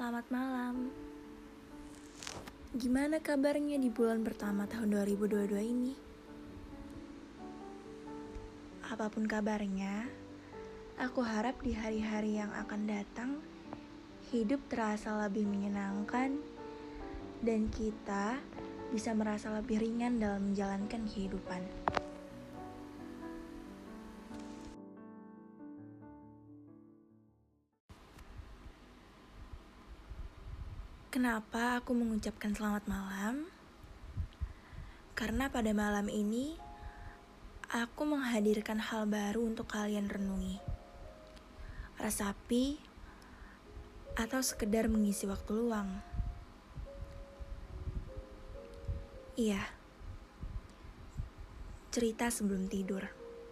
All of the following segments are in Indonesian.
Selamat malam. Gimana kabarnya di bulan pertama tahun 2022 ini? Apapun kabarnya, aku harap di hari-hari yang akan datang, hidup terasa lebih menyenangkan dan kita bisa merasa lebih ringan dalam menjalankan kehidupan. Kenapa aku mengucapkan selamat malam? Karena pada malam ini, aku menghadirkan hal baru untuk kalian renungi. Resapi atau sekedar mengisi waktu luang. Iya, cerita sebelum tidur.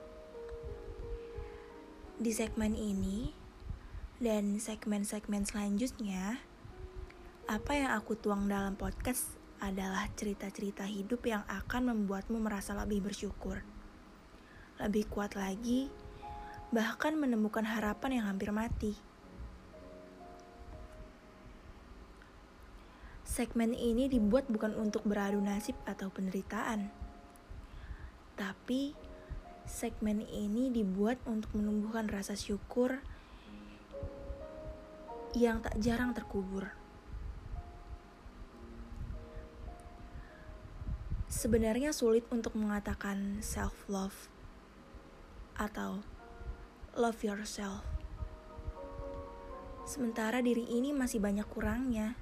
Di segmen ini dan segmen-segmen selanjutnya, apa yang aku tuang dalam podcast adalah cerita-cerita hidup yang akan membuatmu merasa lebih bersyukur, lebih kuat lagi, bahkan menemukan harapan yang hampir mati. Segmen ini dibuat bukan untuk beradu nasib atau penderitaan, tapi segmen ini dibuat untuk menumbuhkan rasa syukur yang tak jarang terkubur. Sebenarnya sulit untuk mengatakan self-love atau love yourself. Sementara diri ini masih banyak kurangnya.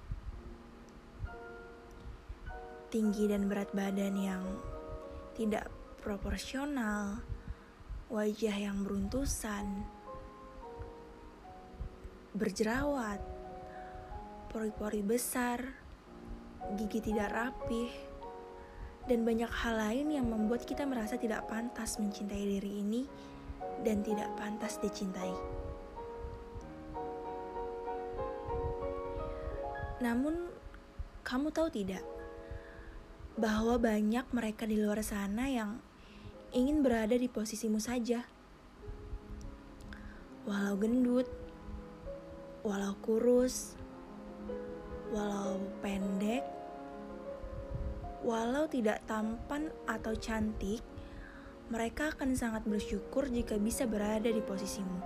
Tinggi dan berat badan yang tidak proporsional, wajah yang beruntusan, berjerawat, pori-pori besar, gigi tidak rapih, dan banyak hal lain yang membuat kita merasa tidak pantas mencintai diri ini dan tidak pantas dicintai. Namun, kamu tahu tidak bahwa banyak mereka di luar sana yang ingin berada di posisimu saja. Walau gendut, walau kurus, walau pendek, walau tidak tampan atau cantik, mereka akan sangat bersyukur jika bisa berada di posisimu.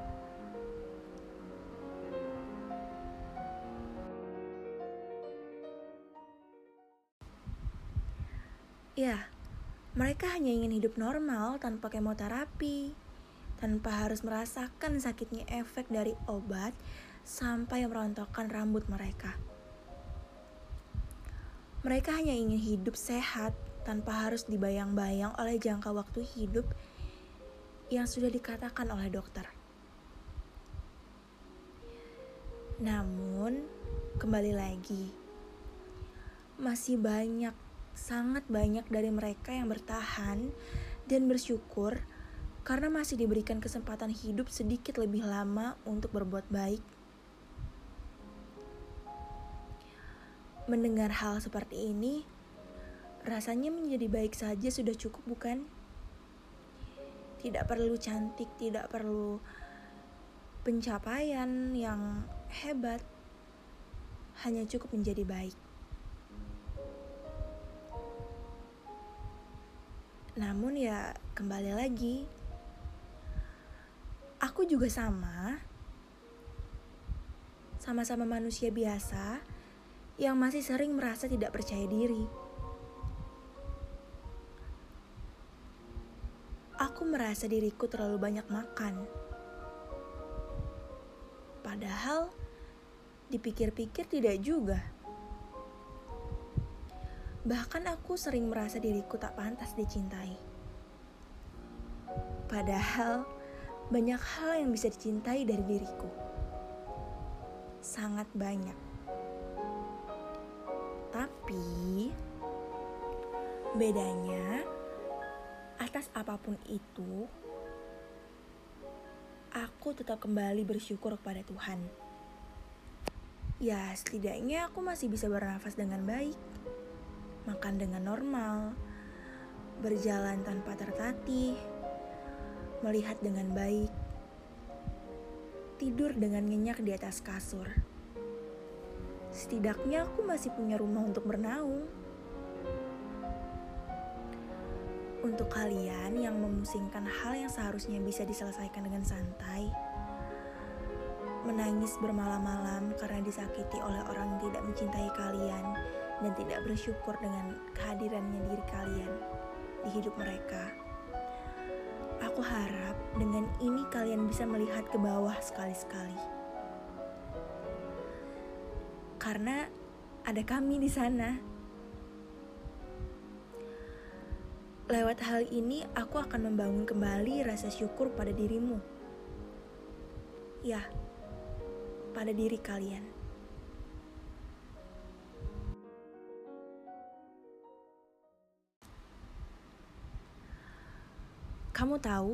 Ya, mereka hanya ingin hidup normal tanpa kemoterapi, tanpa harus merasakan sakitnya efek dari obat sampai merontokkan rambut mereka. Mereka hanya ingin hidup sehat tanpa harus dibayang-bayang oleh jangka waktu hidup yang sudah dikatakan oleh dokter. Namun, kembali lagi, masih banyak, sangat banyak dari mereka yang bertahan dan bersyukur karena masih diberikan kesempatan hidup sedikit lebih lama untuk berbuat baik. Mendengar hal seperti ini, rasanya menjadi baik saja sudah cukup, bukan? Tidak perlu cantik, tidak perlu pencapaian yang hebat, hanya cukup menjadi baik. Namun ya, kembali lagi, aku juga sama-sama manusia biasa yang masih sering merasa tidak percaya diri. Aku merasa diriku terlalu banyak makan. Padahal dipikir-pikir tidak juga. Bahkan aku sering merasa diriku tak pantas dicintai. Padahal banyak hal yang bisa dicintai dari diriku. Sangat banyak. Tapi bedanya, atas apapun itu, aku tetap kembali bersyukur kepada Tuhan. Ya, setidaknya aku masih bisa bernafas dengan baik, makan dengan normal, berjalan tanpa tertatih, melihat dengan baik, tidur dengan nyenyak di atas kasur. Setidaknya aku masih punya rumah untuk bernaung. Untuk kalian yang memusingkan hal yang seharusnya bisa diselesaikan dengan santai, menangis bermalam-malam karena disakiti oleh orang yang tidak mencintai kalian dan tidak bersyukur dengan kehadirannya diri kalian di hidup mereka. Aku harap dengan ini kalian bisa melihat ke bawah sekali-sekali. Karena ada kami di sana. Lewat hal ini aku akan membangun kembali rasa syukur pada dirimu. Ya, pada diri kalian. Kamu tahu,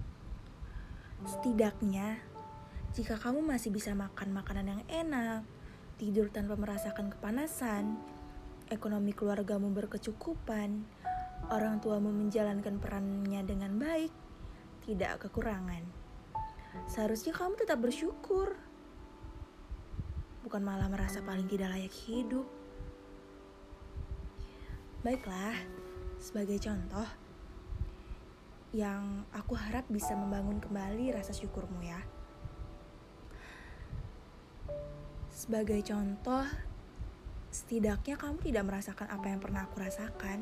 setidaknya jika kamu masih bisa makan makanan yang enak, tidur tanpa merasakan kepanasan, ekonomi keluargamu berkecukupan, orang tuamu menjalankan perannya dengan baik, tidak kekurangan, seharusnya kamu tetap bersyukur, bukan malah merasa paling tidak layak hidup. Baiklah, sebagai contoh, yang aku harap bisa membangun kembali rasa syukurmu ya. Sebagai contoh, setidaknya kamu tidak merasakan apa yang pernah aku rasakan.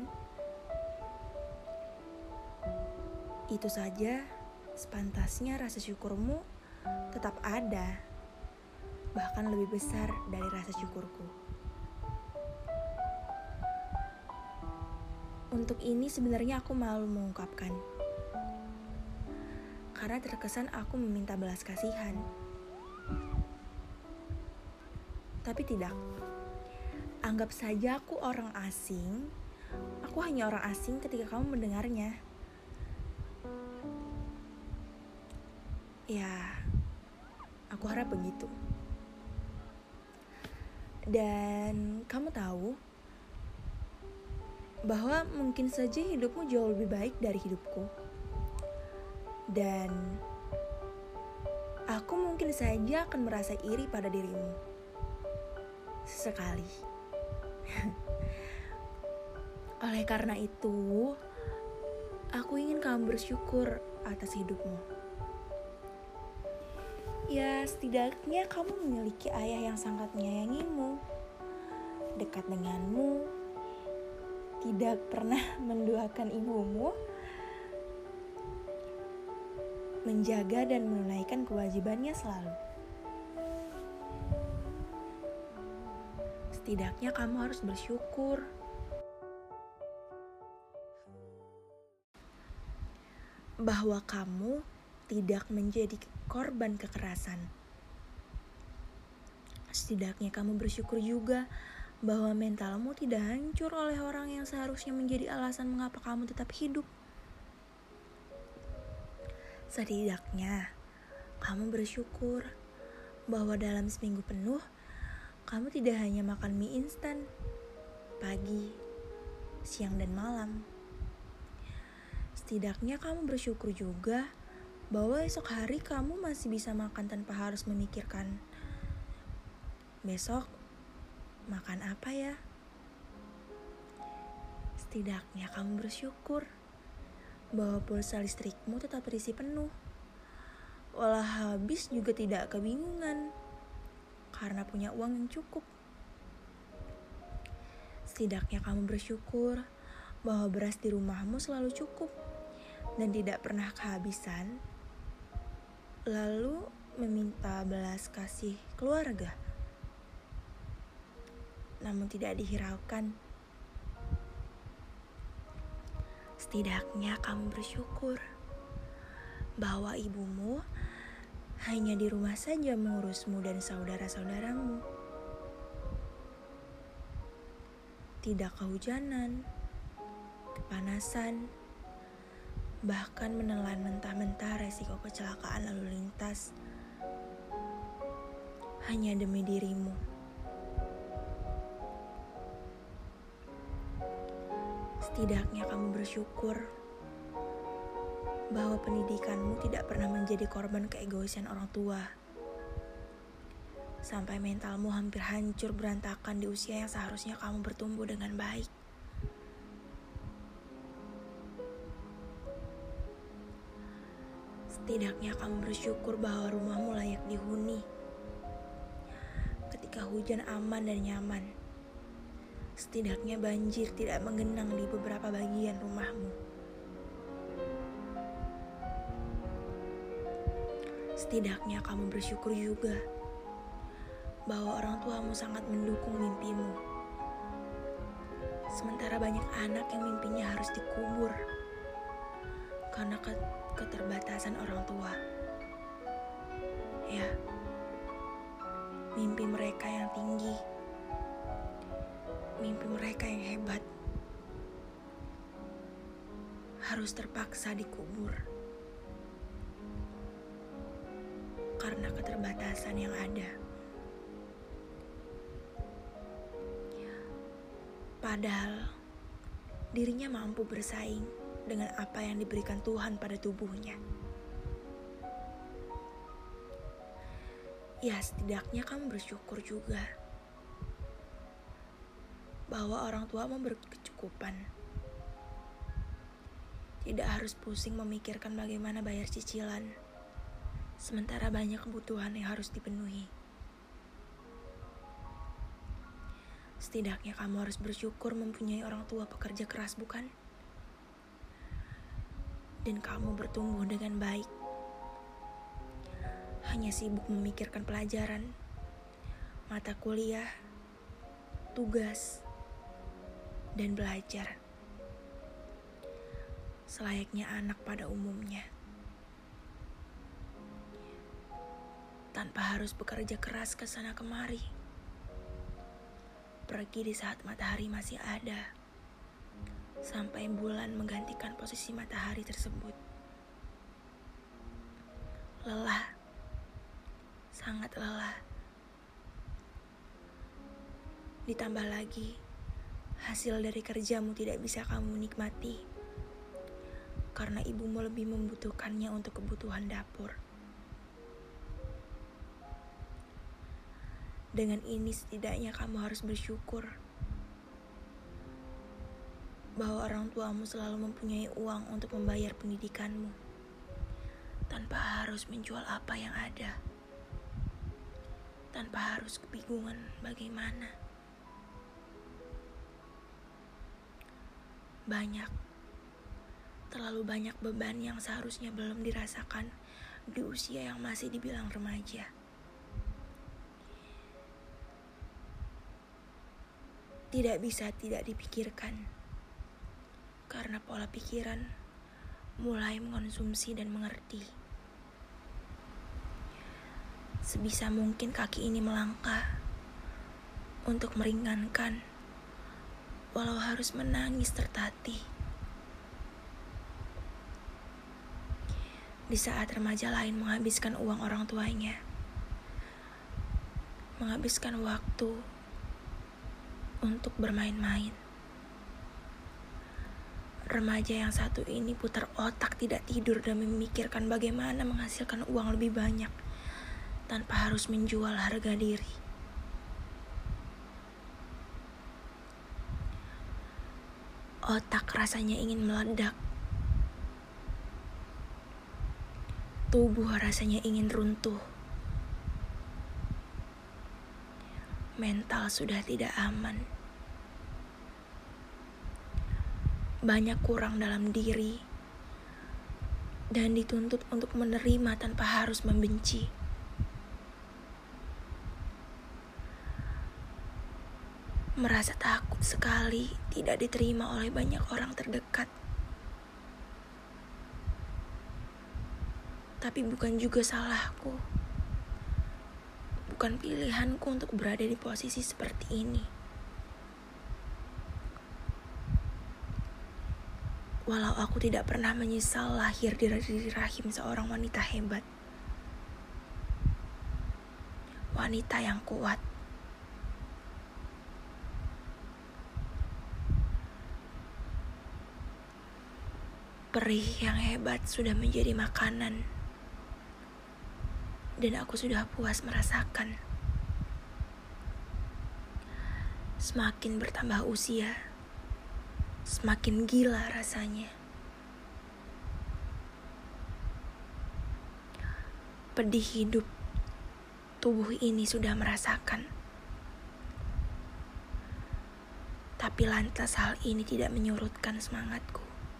Itu saja, sepantasnya rasa syukurmu tetap ada, bahkan lebih besar dari rasa syukurku. Untuk ini sebenarnya aku malu mengungkapkan, karena terkesan aku meminta belas kasihan. Tapi tidak. Anggap saja aku orang asing. Aku hanya orang asing ketika kamu mendengarnya. Ya, aku harap begitu. Dan kamu tahu bahwa mungkin saja hidupmu jauh lebih baik dari hidupku. Dan aku mungkin saja akan merasa iri pada dirimu. Sesekali. Oleh karena itu, aku ingin kamu bersyukur atas hidupmu. Ya, setidaknya kamu memiliki ayah yang sangat menyayangimu, dekat denganmu, tidak pernah menduakan ibumu, menjaga dan menunaikan kewajibannya selalu. Setidaknya kamu harus bersyukur. Bahwa kamu tidak menjadi korban kekerasan. Setidaknya kamu bersyukur juga bahwa mentalmu tidak hancur oleh orang yang seharusnya menjadi alasan mengapa kamu tetap hidup. Setidaknya kamu bersyukur bahwa dalam seminggu penuh kamu tidak hanya makan mie instan pagi, siang, dan malam. Setidaknya kamu bersyukur juga bahwa esok hari kamu masih bisa makan tanpa harus memikirkan besok makan apa ya. Setidaknya kamu bersyukur bahwa pulsa listrikmu tetap terisi penuh. Walau habis juga tidak kebingungan karena punya uang yang cukup. Setidaknya kamu bersyukur bahwa beras di rumahmu selalu cukup dan tidak pernah kehabisan, lalu meminta belas kasih keluarga, namun tidak dihiraukan. Setidaknya kamu bersyukur bahwa ibumu hanya di rumah saja mengurusmu dan saudara-saudaramu. Tidak kehujanan, kepanasan, bahkan menelan mentah-mentah resiko kecelakaan lalu lintas hanya demi dirimu. Setidaknya kamu bersyukur bahwa pendidikanmu tidak pernah menjadi korban keegoisan orang tua. sampai mentalmu hampir hancur berantakan di usia yang seharusnya kamu bertumbuh dengan baik. Setidaknya kamu bersyukur bahwa rumahmu layak dihuni. Ketika hujan aman dan nyaman, setidaknya banjir tidak menggenang di beberapa bagian rumahmu. Setidaknya kamu bersyukur juga bahwa orang tuamu sangat mendukung mimpimu. Sementara banyak anak yang mimpinya harus dikubur karena keterbatasan orang tua. Ya, mimpi mereka yang tinggi, mimpi mereka yang hebat, harus terpaksa dikubur karena keterbatasan yang ada. Padahal dirinya mampu bersaing dengan apa yang diberikan Tuhan pada tubuhnya. Ya, setidaknya kamu bersyukur juga bahwa orang tuamu berkecukupan. Tidak harus pusing memikirkan bagaimana bayar cicilan, sementara banyak kebutuhan yang harus dipenuhi. Setidaknya kamu harus bersyukur mempunyai orang tua pekerja keras, bukan? Dan kamu bertumbuh dengan baik. Hanya sibuk memikirkan pelajaran, mata kuliah, tugas, dan belajar. Selayaknya anak pada umumnya. Tanpa harus bekerja keras ke sana kemari. Pergi di saat matahari masih ada, sampai bulan menggantikan posisi matahari tersebut. Lelah, sangat lelah. Ditambah lagi, hasil dari kerjamu tidak bisa kamu nikmati, karena ibumu lebih membutuhkannya untuk kebutuhan dapur. Dengan ini setidaknya kamu harus bersyukur bahwa orang tuamu selalu mempunyai uang untuk membayar pendidikanmu tanpa harus menjual apa yang ada, tanpa harus kebingungan bagaimana. Terlalu banyak beban yang seharusnya belum dirasakan di usia yang masih dibilang remaja. Tidak bisa tidak dipikirkan, karena pola pikiran mulai mengonsumsi dan mengerti. Sebisa mungkin kaki ini melangkah untuk meringankan, walau harus menangis tertatih. Di saat remaja lain menghabiskan uang orang tuanya, menghabiskan waktu untuk bermain-main. Remaja yang satu ini putar otak tidak tidur dan memikirkan bagaimana menghasilkan uang lebih banyak tanpa harus menjual harga diri. Otak rasanya ingin meledak. Tubuh rasanya ingin runtuh. Mental sudah tidak aman. Banyak kurang dalam diri dan dituntut untuk menerima tanpa harus membenci. Merasa takut sekali tidak diterima oleh banyak orang terdekat. Tapi bukan juga salahku. Bukan pilihanku untuk berada di posisi seperti ini. Walau aku tidak pernah menyesal lahir di rahim seorang wanita hebat. Wanita yang kuat. Perih yang hebat sudah menjadi makanan. Dan aku sudah puas merasakan. Semakin bertambah usia, semakin gila rasanya. Pedih hidup, tubuh ini sudah merasakan. Tapi lantas hal ini tidak menyurutkan semangatku.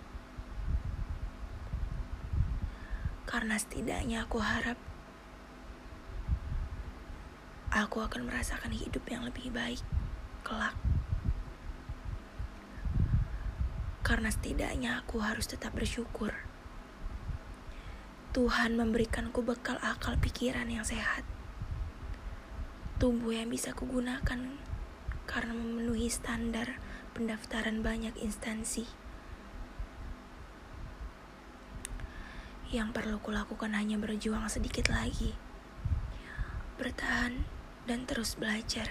Karena setidaknya aku harap aku akan merasakan hidup yang lebih baik kelak. Karena setidaknya aku harus tetap bersyukur. Tuhan memberikanku bekal akal pikiran yang sehat. Tubuh yang bisa kugunakan karena memenuhi standar pendaftaran banyak instansi. Yang perlu kulakukan hanya berjuang sedikit lagi. Bertahan dan terus belajar.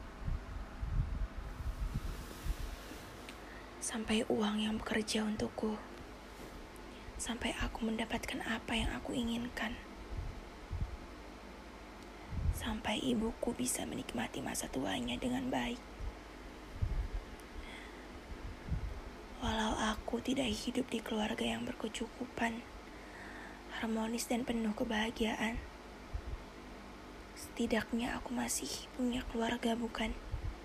Sampai uang yang bekerja untukku. Sampai aku mendapatkan apa yang aku inginkan. Sampai ibuku bisa menikmati masa tuanya dengan baik. Walau aku tidak hidup di keluarga yang berkecukupan, harmonis dan penuh kebahagiaan, setidaknya aku masih punya keluarga, bukan?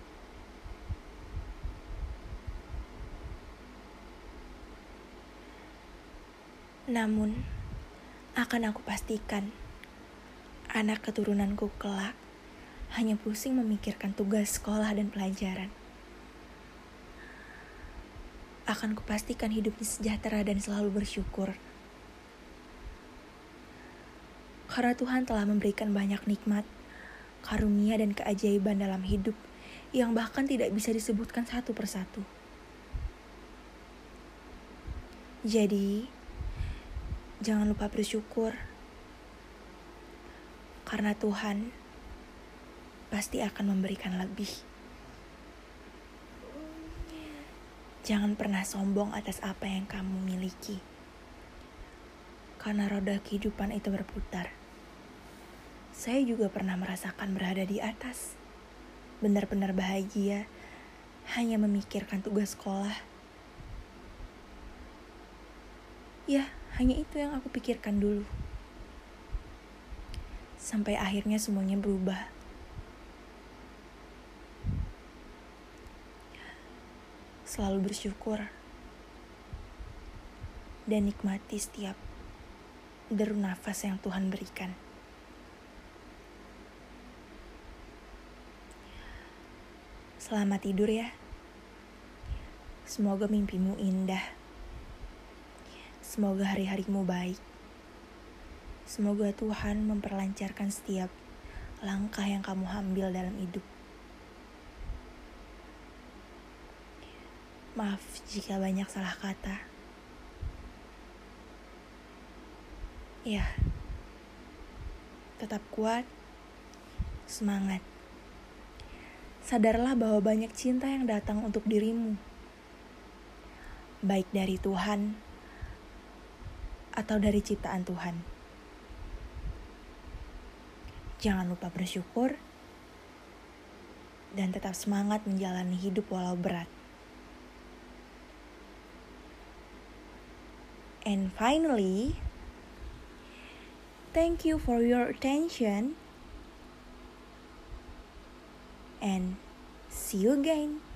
Namun, akan aku pastikan, anak keturunanku kelak hanya pusing memikirkan tugas sekolah dan pelajaran. Akan kupastikan hidupnya sejahtera dan selalu bersyukur. Karena Tuhan telah memberikan banyak nikmat, karunia dan keajaiban dalam hidup yang bahkan tidak bisa disebutkan satu persatu. Jadi, jangan lupa bersyukur. Karena Tuhan pasti akan memberikan lebih. Jangan pernah sombong atas apa yang kamu miliki. Karena roda kehidupan itu berputar. Saya juga pernah merasakan berada di atas. Benar-benar bahagia, hanya memikirkan tugas sekolah. Ya, hanya itu yang aku pikirkan dulu. Sampai akhirnya semuanya berubah. Selalu bersyukur dan nikmati setiap deru nafas yang Tuhan berikan. Selamat tidur ya. Semoga mimpimu indah. Semoga hari-harimu baik. Semoga Tuhan memperlancarkan setiap langkah yang kamu ambil dalam hidup. Maaf jika banyak salah kata. Ya, tetap kuat, semangat. Sadarlah bahwa banyak cinta yang datang untuk dirimu. Baik dari Tuhan atau dari ciptaan Tuhan. Jangan lupa bersyukur dan tetap semangat menjalani hidup walau berat. And finally, thank you for your attention and see you again.